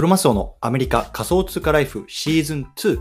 クロマスオのアメリカ仮想通貨ライフシーズン2。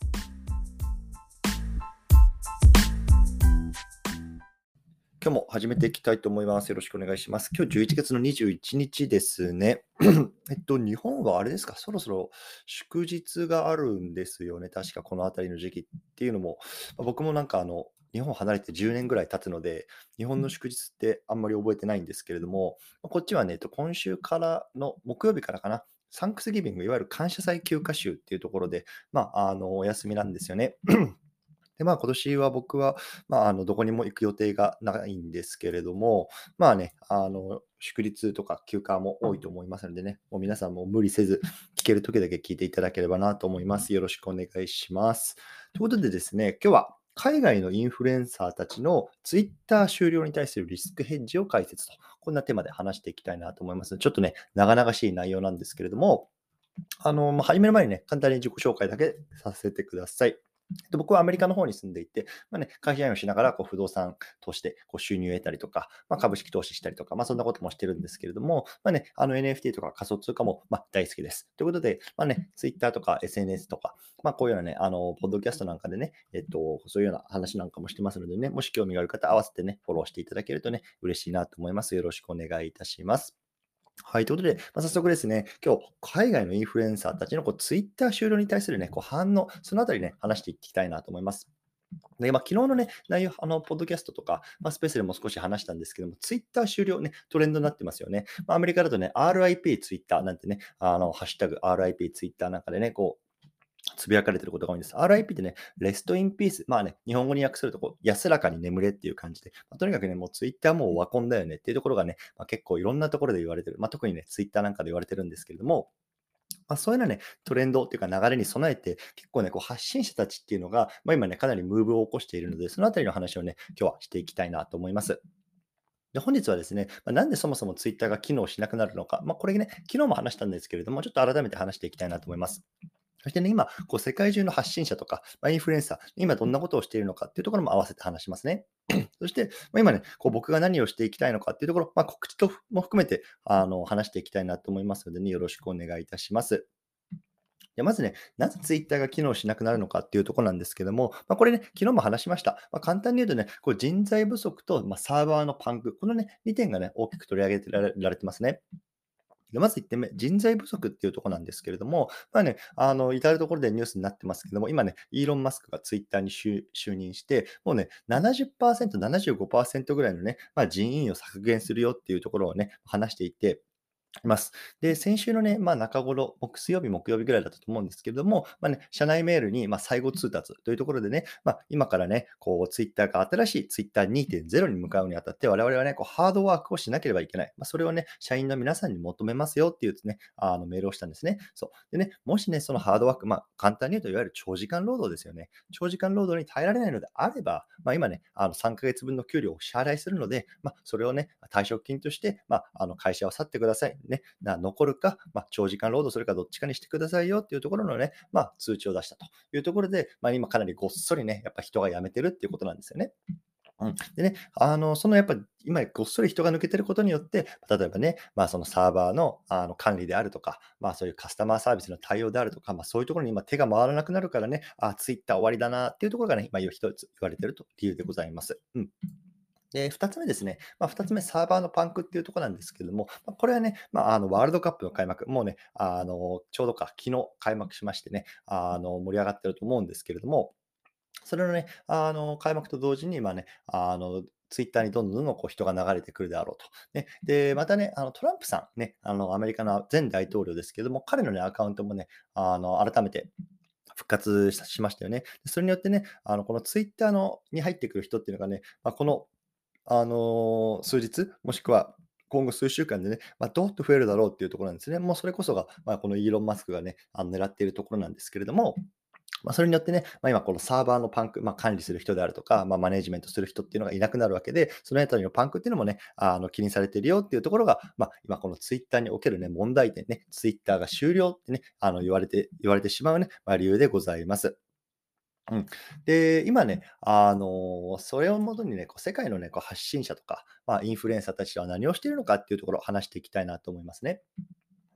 今日も始めていきたいと思います。よろしくお願いします。今日11月の21日ですね。日本はあれですか、そろそろ祝日があるんですよね。確かこのあたりの時期っていうのも、僕も日本を離れて10年ぐらい経つので、日本の祝日ってあんまり覚えてないんですけれども、こっちはね、今週からの木曜日からかな、サンクスギビング、いわゆる感謝祭休暇週っていうところで、お休みなんですよね。で、今年は僕は、どこにも行く予定がないんですけれども、祝日とか休暇も多いと思いますのでね、もう皆さんも無理せず、聞ける時だけ聞いていただければなと思います。よろしくお願いします。ということでですね、今日は海外のインフルエンサーたちのツイッター終了に対するリスクヘッジを解説と、こんなテーマで話していきたいなと思います。ちょっとね、長々しい内容なんですけれども、始める前にね、簡単に自己紹介だけさせてください。僕はアメリカの方に住んでいて、会社員をしながら不動産投資で収入を得たりとか、株式投資したりとか、そんなこともしてるんですけれども、NFT とか仮想通貨も大好きです。ということで、Twitter とか SNS とか、こういうようなね、ポッドキャストなんかでね、そういうような話なんかもしてますのでね、もし興味がある方、合わせてね、フォローしていただけるとね、嬉しいなと思います。よろしくお願いいたします。はい。ということで、早速ですね、今日、海外のインフルエンサーたちのツイッター終了に対するね、反応、そのあたりね、話していきたいなと思います。で、昨日のね、内容、ポッドキャストとか、スペースでも少し話したんですけども、ツイッター終了ね、トレンドになってますよね。アメリカだとね、RIP ツイッターなんてね、ハッシュタグ RIP ツイッターなんかでね、つぶやかれてることが多いんです。RIP ってね、レストインピース。日本語に訳すると安らかに眠れっていう感じで、とにかくね、もうツイッターもうオワコンだよねっていうところがね、結構いろんなところで言われてる。特にね、ツイッターなんかで言われてるんですけれども、そういうのはね、トレンドっていうか流れに備えて、結構ね、発信者たちっていうのが、今ね、かなりムーブを起こしているので、そのあたりの話をね、今日はしていきたいなと思います。で、本日はですね、なんでそもそもツイッターが機能しなくなるのか、これね、昨日も話したんですけれども、ちょっと改めて話していきたいなと思います。そしてね、今、世界中の発信者とか、インフルエンサー、今どんなことをしているのかっていうところも合わせて話しますね。そして、今ね、僕が何をしていきたいのかっていうところ、告知とも含めて、話していきたいなと思いますのでね、よろしくお願いいたします。でまずね、なぜツイッターが機能しなくなるのかっていうところなんですけども、これね、昨日も話しました。簡単に言うとね、人材不足と、サーバーのパンク、このね、2点がね、大きく取り上げてられてますね。で、まず1点目、人材不足っていうところなんですけれども、至るところでニュースになってますけども、今ね、イーロン・マスクがツイッターに就任して、もうね、70%、75%ぐらいのね、人員を削減するよっていうところをね、話していて、ます。で、先週のね、中頃、水曜日、木曜日ぐらいだったと思うんですけれども、社内メールに、最後通達というところでね、今からね、ツイッターが新しいツイッター2.0に向かうにあたって、我々はね、ハードワークをしなければいけない。それをね、社員の皆さんに求めますよっていうね、メールをしたんですね。そう。でね、もしね、そのハードワーク、簡単に言うと、いわゆる長時間労働ですよね。長時間労働に耐えられないのであれば、今ね、3ヶ月分の給料を支払いするので、それをね、退職金として、会社を去ってください。ね、残るか、長時間労働するかどっちかにしてくださいよっていうところのね、通知を出したというところで、今かなりごっそりね、やっぱ人が辞めてるっていうことなんですよね。でね、やっぱ今ごっそり人が抜けてることによって、例えばね、そのサーバーの管理であるとか、そういうカスタマーサービスの対応であるとか、そういうところに今手が回らなくなるからね、ツイッター終わりだなっていうところがね、一つ言われていると理由でございます。で、2つ目ですね。2つ目、サーバーのパンクっていうところなんですけれども、これはね、ワールドカップの開幕、もうね、ちょうど昨日開幕しましてね、盛り上がってると思うんですけれども、それのね、開幕と同時に、ツイッターにどんどん人が流れてくるであろうと。ね、で、またね、トランプさんね、アメリカの前大統領ですけれども、彼のね、アカウントもね、改めて復活しましたよね。それによってね、このツイッターに入ってくる人っていうのがね、この数日、もしくは今後数週間でね、どーっと増えるだろうっていうところなんですね。もうそれこそが、このイーロン・マスクがね、狙っているところなんですけれども、それによってね、今このサーバーのパンク、管理する人であるとか、マネジメントする人っていうのがいなくなるわけで、そのあたりのパンクっていうのもね、気にされているよっていうところが、今このツイッターにおけるね、問題点ね、ツイッターが終了ってね、言われてしまうね、理由でございます。で、今ね、それをもとにね、世界のね、発信者とか、インフルエンサーたちは何をしているのかっていうところを話していきたいなと思いますね。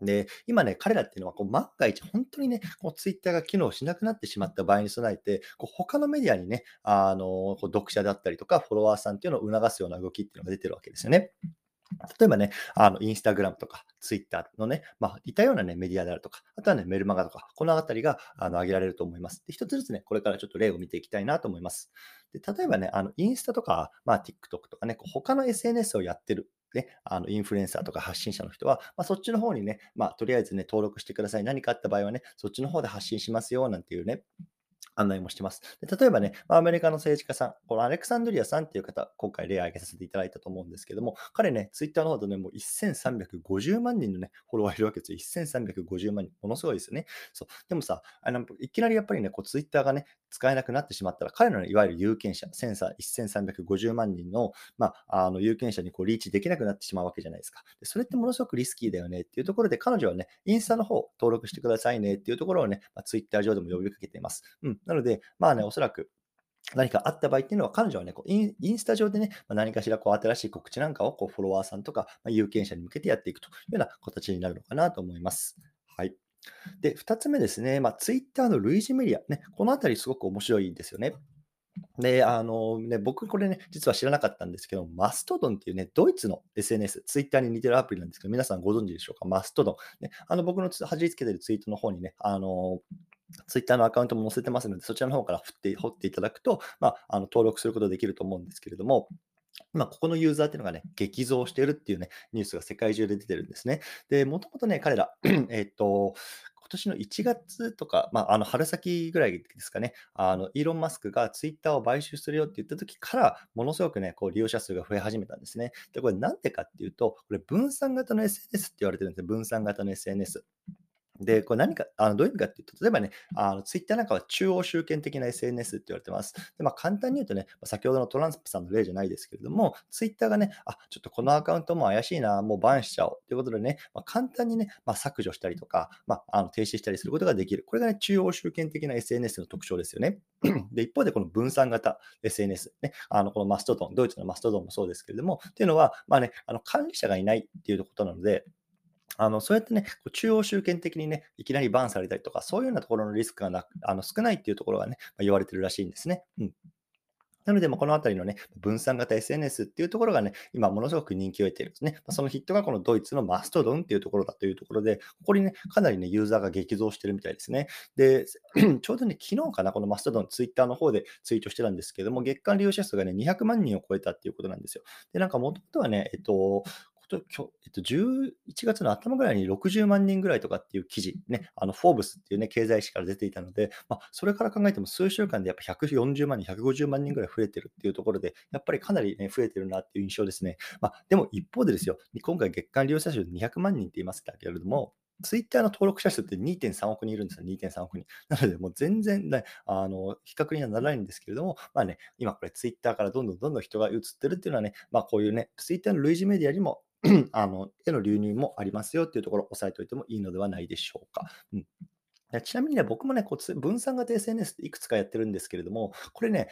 で、今ね、彼らっていうのは、万が一、本当にね、ツイッターが機能しなくなってしまった場合に備えて、他のメディアにね、読者だったりとか、フォロワーさんっていうのを促すような動きっていうのが出てるわけですよね。例えばね、インスタグラムとか、ツイッターのね、似たようなね、メディアであるとか、あとはね、メルマガとか、このあたりが、挙げられると思います。で、一つずつね、これからちょっと例を見ていきたいなと思います。で、例えばね、インスタとか、TikTok とかね、他の SNS をやってる、ね、インフルエンサーとか発信者の人は、そっちの方にね、とりあえずね、登録してください。何かあった場合はね、そっちの方で発信しますよ、なんていうね、案内もしてます。で、例えばね、アメリカの政治家さん、このアレクサンドリアさんっていう方、今回例を挙げさせていただいたと思うんですけども、彼ね、ツイッターの方でね、もう1350万人のね、フォロワーいるわけですよ。1350万人。ものすごいですよね。そう。でもさ、いきなりやっぱりね、ツイッターがね、使えなくなってしまったら、彼らのいわゆる有権者、1350万人の、有権者にリーチできなくなってしまうわけじゃないですか。でそれってものすごくリスキーだよねっていうところで、彼女はね、インスタの方登録してくださいねっていうところをね、ツイッター上でも呼びかけています。なので、おそらく何かあった場合っていうのは、彼女はね、インスタ上でね、何かしら新しい告知なんかをフォロワーさんとか、有権者に向けてやっていくというような形になるのかなと思います。はい。で、2つ目ですね、ツイッターの類似メディア、ね、このあたりすごく面白いですよね。で、僕これね、実は知らなかったんですけど、マストドンっていうね、ドイツの SNS、ツイッターに似てるアプリなんですけど、皆さんご存知でしょうか？マストドン。ね、僕の貼り付けてるツイートの方にね、ツイッターのアカウントも載せてますので、そちらの方から掘っていただくと、登録することができると思うんですけれども、ここのユーザーっていうのがね、激増しているっていうね、ニュースが世界中で出てるんですね。で、もともとね、彼ら、今年の1月とか、春先ぐらいですかね、イーロン・マスクがツイッターを買収するよって言った時から、ものすごくね、利用者数が増え始めたんですね。で、これなんでかっていうと、これ分散型の SNS って言われてるんですよ。分散型の SNS。で、これ何か、どういう意味かっていうと、例えばね、ツイッターなんかは中央集権的な SNS って言われてます。で、簡単に言うとね、先ほどのトランスプさんの例じゃないですけれども、ツイッターがね、ちょっとこのアカウントもう怪しいな、もうバンしちゃおうということでね、簡単にね、削除したりとか、停止したりすることができる。これがね、中央集権的な SNS の特徴ですよね。で、一方でこの分散型 SNS、ね、このマストドン、ドイツのマストドンもそうですけれども、っていうのは、管理者がいないっていうことなので、そうやってね、中央集権的にね、いきなりバンされたりとか、そういうようなところのリスクが少ないっていうところがね、言われてるらしいんですね。なので、このあたりのね、分散型 SNS っていうところがね、今ものすごく人気を得ているんですね。そのヒットがこのドイツのマストドンっていうところだというところで、ここにね、かなりね、ユーザーが激増してるみたいですね。で、ちょうどね、昨日かな、このマストドン、ツイッターの方でツイートしてたんですけども、月間利用者数がね、200万人を超えたっていうことなんですよ。で、もともとはね、11月の頭ぐらいに60万人ぐらいとかっていう記事、ね、フォーブスっていうね、経済誌から出ていたので、それから考えても数週間でやっぱ140万人、150万人ぐらい増えてるっていうところで、やっぱりかなりね、増えてるなっていう印象ですね。でも一方でですよ、今回月間利用者数200万人って言いましたけれども、ツイッターの登録者数って2.3億人いるんですよ、2.3億人。なので、もう全然ね、比較にはならないんですけれども、今これツイッターからどんどん人が移ってるっていうのはね、こういうね、ツイッターの類似メディアにもへの流入もありますよっていうところを押さえておいてもいいのではないでしょうか。ちなみにね、僕もね、分散型 SNS っていくつかやってるんですけれども、これね、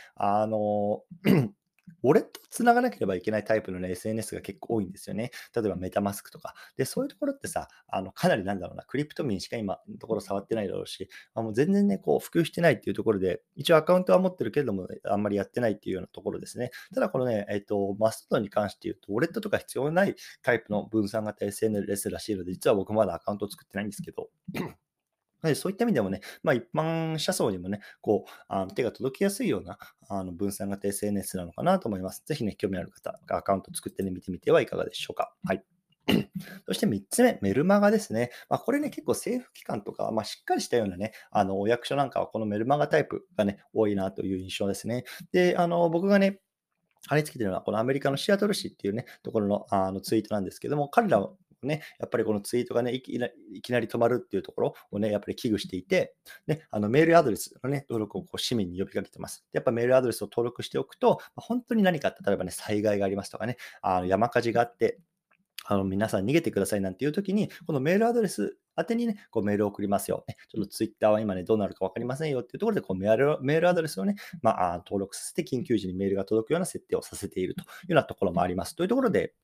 ウォレットをつながなければいけないタイプのね、SNS が結構多いんですよね。例えばメタマスクとか。で、そういうところってさ、かなりなんだろうな、クリプト民しか今のところ触ってないだろうし、もう全然ね、普及してないっていうところで、一応アカウントは持ってるけれども、あんまりやってないっていうようなところですね。ただこのね、マストドンに関して言うと、ウォレットとか必要ないタイプの分散型 SNS らしいので、実は僕まだアカウントを作ってないんですけど、そういった意味でもね、一般社層にもね、手が届きやすいような、分散型 SNS なのかなと思います。ぜひね、興味ある方、アカウント作ってね、見てみてはいかがでしょうか。はい。そして3つ目、メルマガですね。これね、結構政府機関とか、しっかりしたようなね、お役所なんかはこのメルマガタイプがね、多いなという印象ですね。で、僕がね、貼り付けてるのは、このアメリカのシアトル市っていうね、ところのツイートなんですけども、彼らはね、やっぱりこのツイートがね、いきなり止まるっていうところをね、やっぱり危惧していて、ね、メールアドレスのね、登録を市民に呼びかけてます。でやっぱメールアドレスを登録しておくと、本当に何か、例えばね、災害がありますとかね、山火事があって、皆さん逃げてくださいなんていう時に、このメールアドレス宛てにね、メールを送りますよ。ね、ちょっとツイッターは今ね、どうなるか分かりませんよっていうところで、メールアドレスをね、登録させて、緊急時にメールが届くような設定をさせているというようなところもあります。というところで、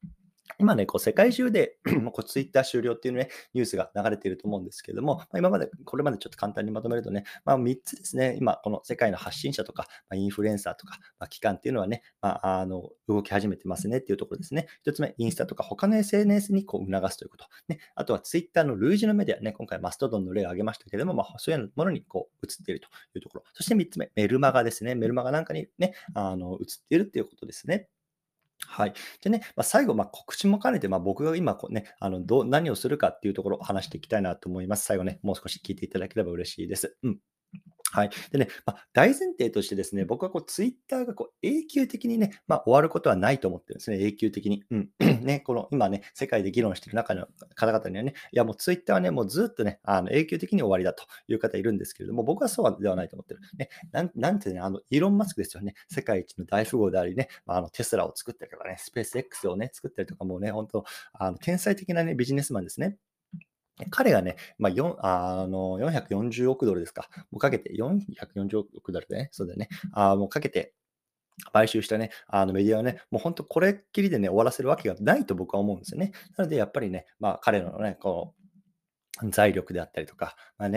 今ね、こう世界中でもうこうツイッター終了っていうね、ニュースが流れていると思うんですけれども、今まで、これまでちょっと簡単にまとめるとね、3つですね、今この世界の発信者とか、インフルエンサーとか、機関っていうのはね、動き始めてますねっていうところですね。1つ目、インスタとか他の SNS にこう促すということ。ね、あとはツイッターの類似のメディアね、今回マストドンの例を挙げましたけれども、そういうものにこう映っているというところ。そして3つ目、メルマガですね。メルマガなんかにね、映っているっていうことですね。はい。でね、最後、告知も兼ねて、僕が今こうね、何をするかっていうところを話していきたいなと思います。最後ね、もう少し聞いていただければ嬉しいです。うん。はい。でね、大前提としてですね、僕はこうツイッターがこう永久的にね、終わることはないと思ってるんですね、永久的に。うん。ね、この今ね、世界で議論している中の方々にはね、いやもうツイッターはね、もうずっとね、永久的に終わりだという方いるんですけれども、僕はそうではないと思ってる。ね、なんてね、イーロン・マスクですよね、世界一の大富豪でありね、テスラを作ったりとかね、スペース X をね、作ったりとか、もうね、本当天才的なね、ビジネスマンですね。彼がね、440億ドルですか。もうかけて、440億ドルでね、そうだよね。もうかけて買収したね、メディアはね、もう本当これっきりでね、終わらせるわけがないと僕は思うんですよね。なのでやっぱりね、彼のね、こう、財力であったりとか、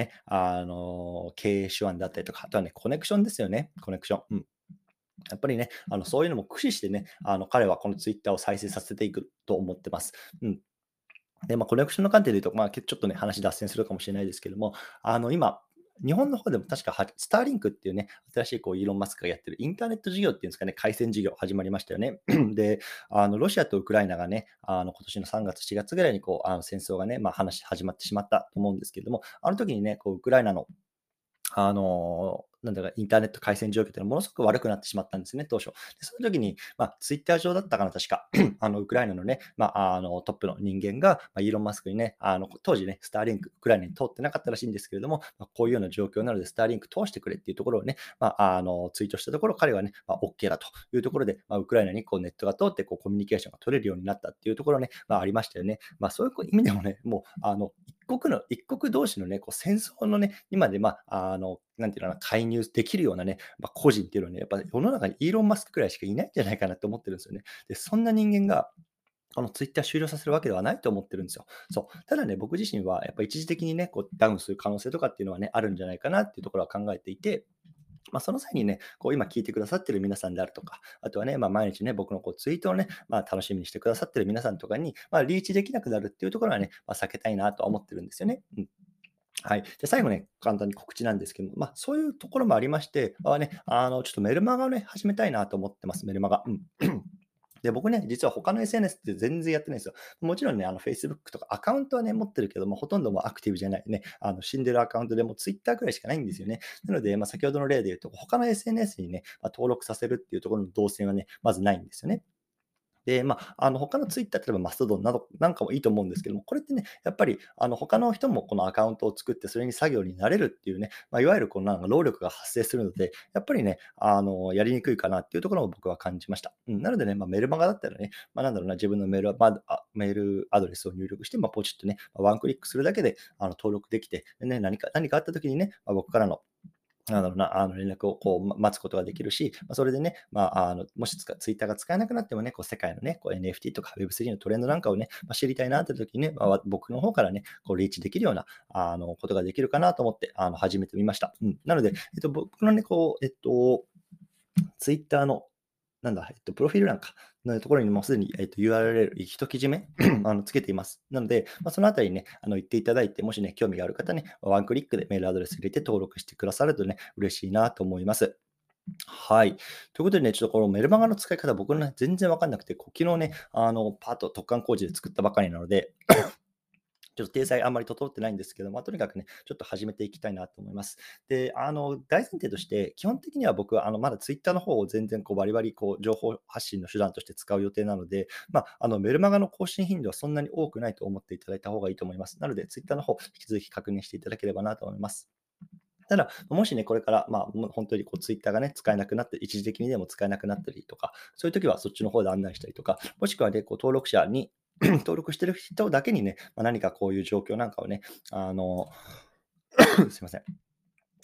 経営手腕であったりとか、あとはね、コネクションですよね、コネクション。うん。やっぱりね、そういうのも駆使してね、彼はこのツイッターを再生させていくと思ってます。うん。で、コネクションの観点で言うと、ちょっとね、話脱線するかもしれないですけども、今、日本の方でも確かスターリンクっていうね、新しいこうイーロン・マスクがやってるインターネット事業っていうんですかね、回線事業始まりましたよね。で、ロシアとウクライナがね、今年の3月、4月ぐらいにこう、戦争がね、始まってしまったと思うんですけれども、あの時にね、こう、ウクライナのなんだか、インターネット回線状況っていうのはものすごく悪くなってしまったんですね、当初。で、その時に、ツイッター上だったかな、確か。ウクライナのね、トップの人間が、イーロン・マスクにね、当時ね、スターリンク、ウクライナに通ってなかったらしいんですけれども、こういうような状況なので、スターリンク通してくれっていうところをね、ツイートしたところ、彼はね、オッケーだというところで、ウクライナにこうネットが通って、こうコミュニケーションが取れるようになったっていうところね、ありましたよね。そういう意味でもね、もう、一国同士のね、こう戦争のね、今で、なんていうのかな、介入できるようなね、個人っていうのはね、やっぱ世の中にイーロン・マスクくらいしかいないんじゃないかなと思ってるんですよね。で、そんな人間が、ツイッター終了させるわけではないと思ってるんですよ。そう。ただね、僕自身はやっぱ一時的にね、こうダウンする可能性とかっていうのはね、あるんじゃないかなっていうところは考えていて、その際にね、こう今聞いてくださってる皆さんであるとか、あとはね、毎日ね、僕のこうツイートをね、楽しみにしてくださってる皆さんとかに、リーチできなくなるっていうところはね、避けたいなとは思ってるんですよね。うん。はい。で、最後ね、簡単に告知なんですけども、そういうところもありまして、ちょっとメルマガをね、始めたいなと思ってます、メルマガ。うん。で、僕ね、実は他の SNS って全然やってないんですよ。もちろんね、Facebook とかアカウントはね、持ってるけども、ほとんどもうアクティブじゃないね、死んでるアカウントでも Twitter くらいしかないんですよね。なので、先ほどの例で言うと、他の SNS にね、登録させるっていうところの動線はね、まずないんですよね。で、他のツイッター、例えばマストドンなどなんかもいいと思うんですけども、これってね、やっぱり、他の人もこのアカウントを作って、それに作業になれるっていうね、いわゆるこのなんか労力が発生するので、やっぱりね、やりにくいかなっていうところも僕は感じました。うん、なのでね、メルマガだったらね、なんだろうな、自分のメールアドレスを入力して、ポチッとね、ワンクリックするだけで、登録できて、でね、何かあった時にね、僕からのなんだろうな、連絡をこう、待つことができるし、それでね、もしツイッターが使えなくなってもね、こう世界のね、こう NFT とか Web3 のトレンドなんかをね、知りたいなって時にね、僕の方からね、こうリーチできるような、ことができるかなと思って、始めてみました。うん。なので、僕のね、こう、ツイッターのプロフィール欄か、のところにもうすでに、URL、一記事目つけています。なので、そのあたりにね、言っていただいて、もしね、興味がある方ね、ワンクリックでメールアドレス入れて登録してくださるとね、嬉しいなと思います。はい。ということでね、ちょっとこのメルマガの使い方、僕ね、全然わかんなくて、昨日ね、パッと突貫工事で作ったばかりなので、ちょっと体裁あんまり整ってないんですけど、とにかくね、ちょっと始めていきたいなと思います。で、大前提として、基本的には僕は、まだツイッターの方を全然こうバリバリこう情報発信の手段として使う予定なので、メルマガの更新頻度はそんなに多くないと思っていただいた方がいいと思います。なので、ツイッターの方、引き続き確認していただければなと思います。ただ、もしね、これから、もう本当にこうツイッターがね、使えなくなって、一時的にでも使えなくなったりとか、そういう時はそっちの方で案内したりとか、もしくはね、こう登録者に登録してる人だけにね、何かこういう状況なんかをね、すいません。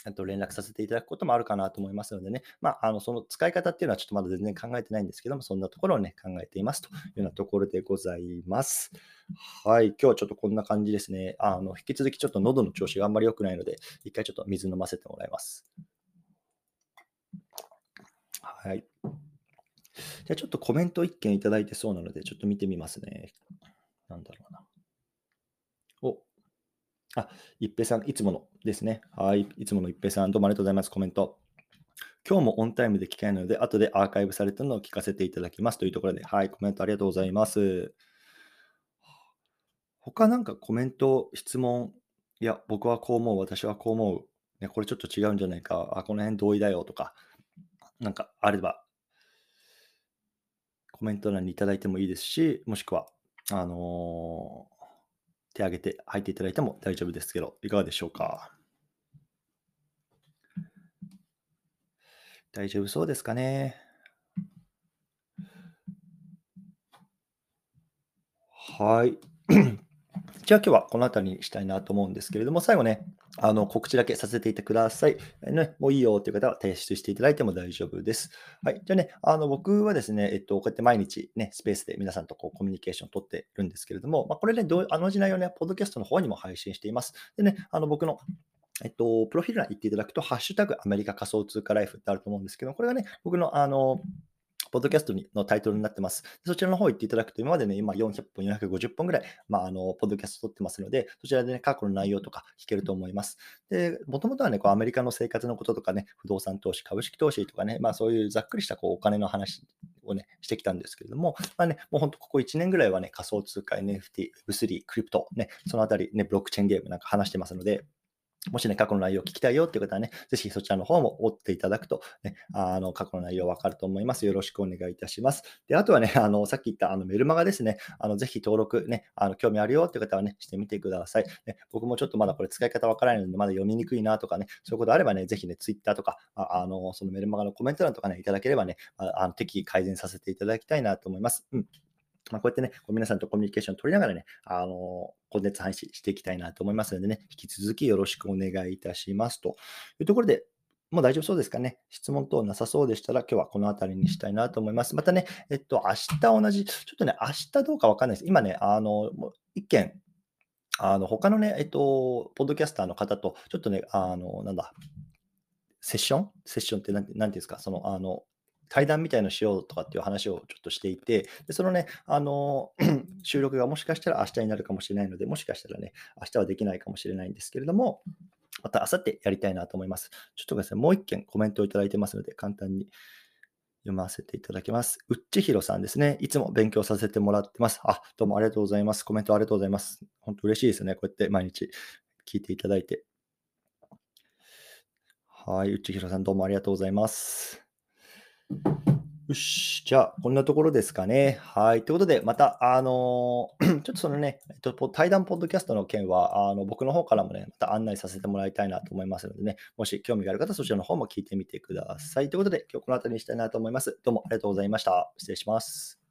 連絡させていただくこともあるかなと思いますのでね、その使い方っていうのはちょっとまだ全然考えてないんですけども、そんなところをね、考えていますというようなところでございます。はい、今日はちょっとこんな感じですね。引き続きちょっと喉の調子があんまり良くないので、一回ちょっと水飲ませてもらいます。はい。じゃあちょっとコメント1件いただいてそうなので、ちょっと見てみますね。なんだろうな。お、一平さん、いつものですね。はい、いつもの一平さん、どうもありがとうございます。コメント。今日もオンタイムで聞きたいので、後でアーカイブされたのを聞かせていただきますというところで、はい、コメントありがとうございます。他なんかコメント、質問、いや、僕はこう思う、私はこう思う、ね、これちょっと違うんじゃないか、この辺同意だよとか、なんかあれば、コメント欄にいただいてもいいですし、もしくは、あのー手挙げて入っていただいても大丈夫ですけど、いかがでしょうか。大丈夫そうですかね。はい。じゃあ今日はこの辺りにしたいなと思うんですけれども、最後ね、告知だけさせていてください。もういいよという方は提出していただいても大丈夫です。はい。じゃあね、僕はですね、こうやって毎日ね、スペースで皆さんとこうコミュニケーションを取ってるんですけれども、これね、同じ内容ね、ポッドキャストの方にも配信しています。でね、僕のプロフィール欄行っていただくと、ハッシュタグアメリカ仮想通貨ライフってあると思うんですけど、これがね、僕のポッドキャストのタイトルになってます。そちらの方行っていただくと、今までね、今400本、450本ぐらい、ポッドキャスト撮ってますので、そちらでね、過去の内容とか聞けると思います。で、もともとはね、こうアメリカの生活のこととかね、不動産投資、株式投資とかね、そういうざっくりしたこうお金の話をね、してきたんですけれども、もう本当ここ1年ぐらいはね、仮想通貨、NFT、Web3、クリプト、ね、そのあたりね、ブロックチェーンゲームなんか話してますので、もしね、過去の内容を聞きたいよっていう方はね、ぜひそちらの方も追っていただくと、ね、過去の内容わかると思います。よろしくお願いいたします。で、あとはね、さっき言ったメルマガですね、ぜひ登録ね、興味あるよっていう方はね、してみてください。ね、僕もちょっとまだこれ使い方わからないので、まだ読みにくいなとかね、そういうことあればね、ぜひね、ツイッターとか、そのメルマガのコメント欄とかね、いただければね、適宜改善させていただきたいなと思います。うん。こうやってね、こう皆さんとコミュニケーションを取りながらね、コンテンツ配信していきたいなと思いますのでね、引き続きよろしくお願いいたしますというところで、もう大丈夫そうですかね。質問等なさそうでしたら、今日はこの辺りにしたいなと思います。またね、明日同じ、ちょっとね、明日どうかわかんないです。今ね、もう一件、他のね、ポッドキャスターの方と、ちょっとね、セッションってなんていうんですか、対談みたいのしようとかっていう話をちょっとしていて、で、そのね、収録がもしかしたら明日になるかもしれないので、もしかしたらね、明日はできないかもしれないんですけれども、また明後日やりたいなと思います。ちょっとですね、もう一件コメントをいただいてますので、簡単に読ませていただきます。うっちひろさんですね。いつも勉強させてもらってます。どうもありがとうございます。コメントありがとうございます。本当嬉しいですね。こうやって毎日聞いていただいて。はい、うっちひろさんどうもありがとうございます。よし、じゃあ、こんなところですかね。はい。ということで、また、ちょっとそのね、対談ポッドキャストの件は、僕の方からもね、また案内させてもらいたいなと思いますのでね、もし興味がある方はそちらの方も聞いてみてください。ということで、今日この辺りにしたいなと思います。どうもありがとうございました。失礼します。